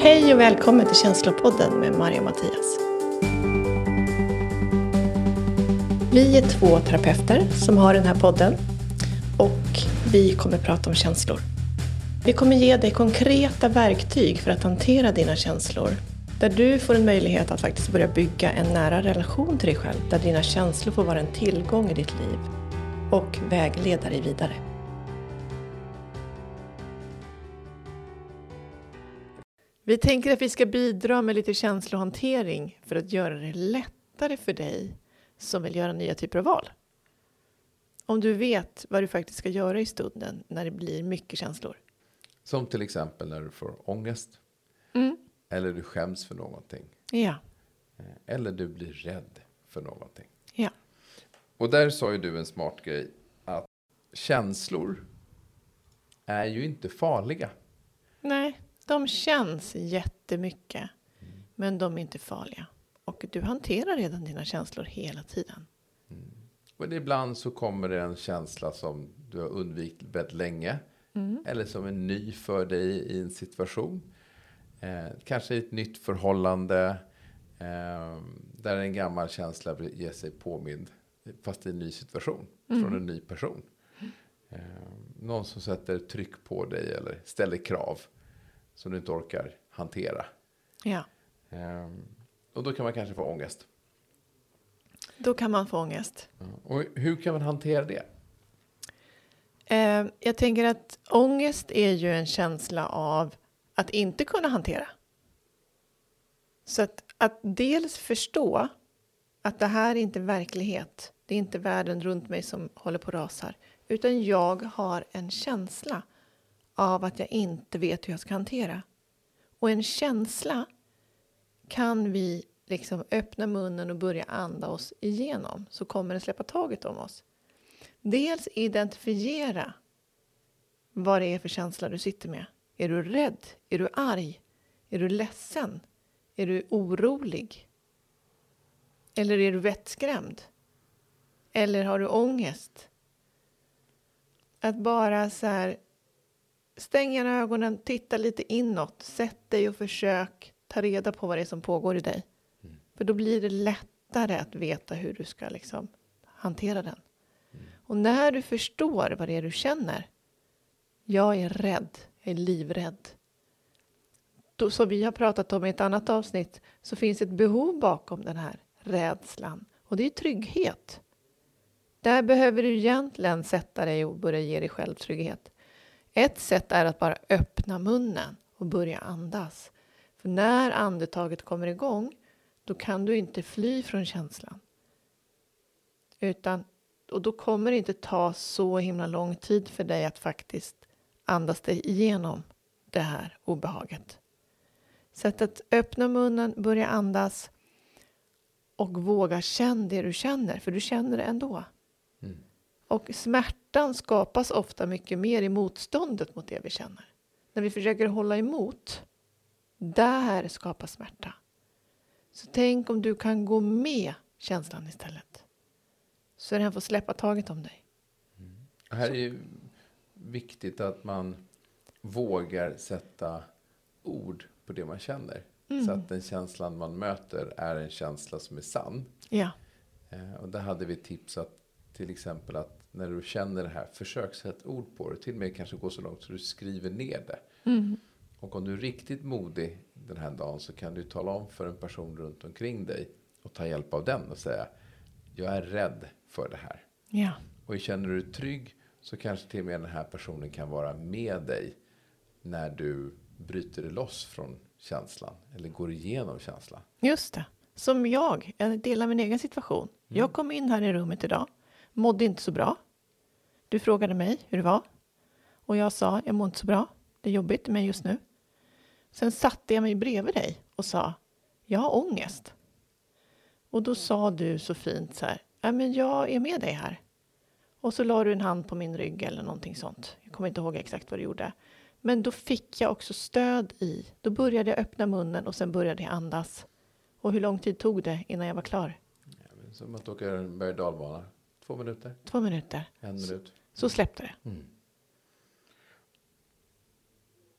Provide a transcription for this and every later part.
Hej och välkommen till Känslopodden med Maria och Mattias. Vi är 2 terapeuter som har den här podden och vi kommer prata om känslor. Vi kommer ge dig konkreta verktyg för att hantera dina känslor. Där du får en möjlighet att faktiskt börja bygga en nära relation till dig själv. Där dina känslor får vara en tillgång i ditt liv och vägleda dig vidare. Vi tänker att vi ska bidra med lite känslohantering för att göra det lättare för dig som vill göra nya typer av val. Om du vet vad du faktiskt ska göra i stunden när det blir mycket känslor. Som till exempel när du får ångest. Eller du skäms för någonting. Ja. Eller du blir rädd för någonting. Ja. Och där sa ju du en smart grej. Att känslor är ju inte farliga. Nej, de känns jättemycket. Men de är inte farliga. Och du hanterar redan dina känslor hela tiden. Och ibland så kommer det en känsla som du har undvikit väldigt länge. Eller som är ny för dig i en situation. Kanske ett nytt förhållande. Där en gammal känsla ger sig påmind. Fast i en ny situation. Från en ny person. Någon som sätter tryck på dig. Eller ställer krav. Som du inte orkar hantera. Ja. Och då kan man kanske få ångest. Då kan man få ångest. Och hur kan man hantera det? Jag tänker att ångest är ju en känsla av att inte kunna hantera. Så att dels förstå att det här är inte verklighet. Det är inte världen runt mig som håller på att rasar. Utan jag har en känsla av att jag inte vet hur jag ska hantera. Och en känsla kan vi liksom öppna munnen och börja anda oss igenom. Så kommer det släppa taget om oss. Dels identifiera vad det är för känsla du sitter med. Är du rädd? Är du arg? Är du ledsen? Är du orolig? Eller är du vettskrämd? Eller har du ångest? Att bara så här stänga ögonen, titta lite inåt. Sätt dig och försök ta reda på vad det är som pågår i dig. För då blir det lättare att veta hur du ska liksom hantera den. Och när du förstår vad det är du känner. Jag är rädd. Jag är livrädd. Då, som vi har pratat om i ett annat avsnitt. Så finns ett behov bakom den här rädslan. Och det är trygghet. Där behöver du egentligen sätta dig och börja ge dig själv trygghet. Ett sätt är att bara öppna munnen och börja andas. För när andetaget kommer igång. Då kan du inte fly från känslan. Och då kommer det inte ta så himla lång tid för dig att faktiskt andas dig igenom det här obehaget. Så att öppna munnen, börja andas och våga känna det du känner. För du känner det ändå. Och smärtan skapas ofta mycket mer i motståndet mot det vi känner. När vi försöker hålla emot, där skapas smärta. Så tänk om du kan gå med känslan istället. Så den får släppa taget om dig. Det här är ju viktigt att man vågar sätta ord på det man känner. Så att den känslan man möter är en känsla som är sann. Ja. Och där hade vi tipsat till exempel att när du känner det här, försök sätta ord på det. Till och med kanske gå så långt så du skriver ner det. Och om du är riktigt modig den här dagen så kan du tala om för en person runt omkring dig och ta hjälp av den och säga jag är rädd för det här. Ja. Och känner du dig trygg så kanske till och med den här personen kan vara med dig när du bryter dig loss från känslan eller går igenom känslan. Just det. Som jag delar min egen situation. Jag kom in här i rummet idag. Mådde inte så bra. Du frågade mig hur det var. Och jag sa, jag mår inte så bra. Det är jobbigt med mig just nu. Sen satte jag mig bredvid dig och sa, jag har ångest. Och då sa du så fint så här, men jag är med dig här. Och så la du en hand på min rygg eller någonting sånt. Jag kommer inte ihåg exakt vad du gjorde. Men då fick jag också stöd i. Då började jag öppna munnen och sen började jag andas. Och hur lång tid tog det innan jag var klar? Ja, som att åka en berg- och dalbana. 2 minuter. 2 minuter. 1 minut. Så släppte det.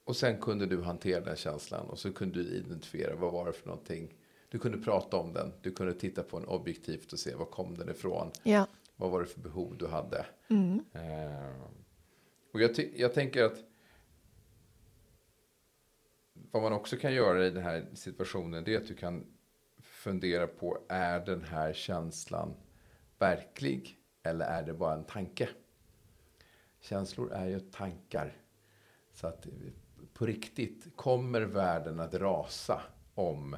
Och sen kunde du hantera den känslan och så kunde du identifiera vad var det för någonting. Du kunde prata om den, du kunde titta på den objektivt och se var kom den ifrån. Ja. Vad var det för behov du hade. Mm. Och jag tänker att vad man också kan göra i den här situationen, det är att du kan fundera på, är den här känslan verklig eller är det bara en tanke? Känslor är ju tankar. Så att på riktigt kommer världen att rasa om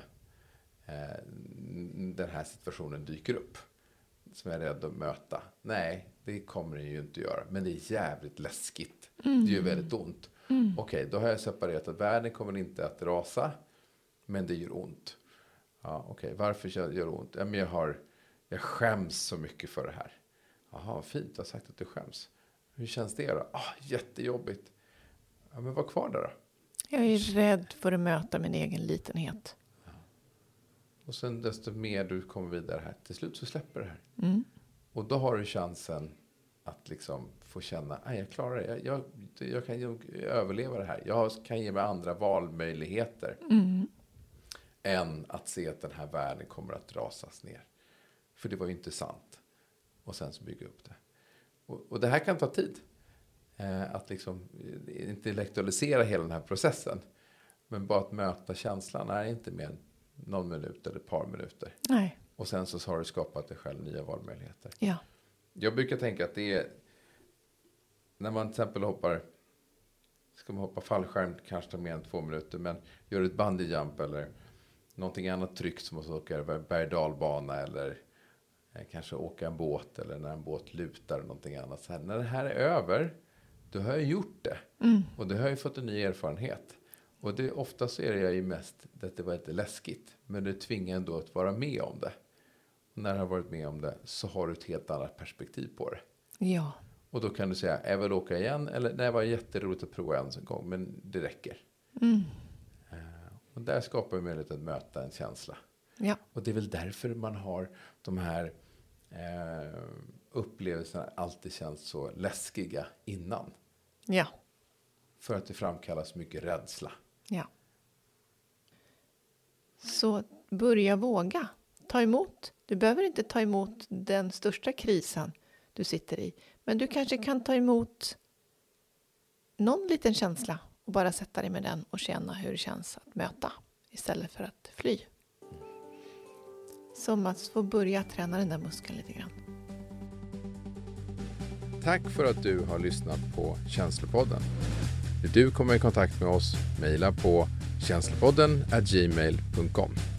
den här situationen dyker upp. Som jag är rädd att möta. Nej, det kommer den ju inte göra. Men det är jävligt läskigt. Det gör väldigt ont. Okej, då har jag separerat att världen kommer inte att rasa. Men det gör ont. Ja, okej, varför gör det ont? Ja, men jag skäms så mycket för det här. Jaha, fint, du har sagt att du skäms. Hur känns det då? Jättejobbigt. Ja, men vad kvar där då? Jag är rädd för att möta min egen litenhet. Och sen desto mer du kommer vidare här. Till slut så släpper det här. Mm. Och då har du chansen att liksom få känna, jag klarar det. Jag kan överleva det här. Jag kan ge mig andra valmöjligheter. Än att se att den här världen kommer att rasas ner. För det var ju inte sant. Och sen så bygga upp det. Och det här kan ta tid. Att liksom intellektualisera hela den här processen. Men bara att möta känslan är inte mer än någon minut eller ett par minuter. Nej. Och sen så har du skapat dig själv nya valmöjligheter. Ja. Jag brukar tänka att det är när man till exempel ska man hoppa fallskärm kanske tar mer än 2 minuter, men gör ett bungee jump eller någonting annat tryggt som att åka berg-dalbana eller kanske åka en båt eller när en båt lutar eller någonting annat. Så här, när det här är över, då har jag gjort det. Och det har jag fått en ny erfarenhet. Och ofta så är det ju mest att det var lite läskigt. Men det tvingar ändå att vara med om det. Och när du har varit med om det så har du ett helt annat perspektiv på det. Ja. Och då kan du säga, jag vill åka igen. Eller nej, det var jätteroligt att prova en gång. Men det räcker. Och där skapar vi möjlighet att möta en känsla. Ja. Och det är väl därför man har de här upplevelserna alltid känns så läskiga innan. Ja. För att det framkallas mycket rädsla. Ja. Så börja våga. Ta emot. Du behöver inte ta emot den största krisen du sitter i. Men du kanske kan ta emot någon liten känsla och bara sätta dig med den och känna hur det känns att möta istället för att fly. Som att få börja träna den där muskeln lite grann. Tack för att du har lyssnat på Känslopodden. Vill du komma i kontakt med oss, mejla på känslopodden@gmail.com.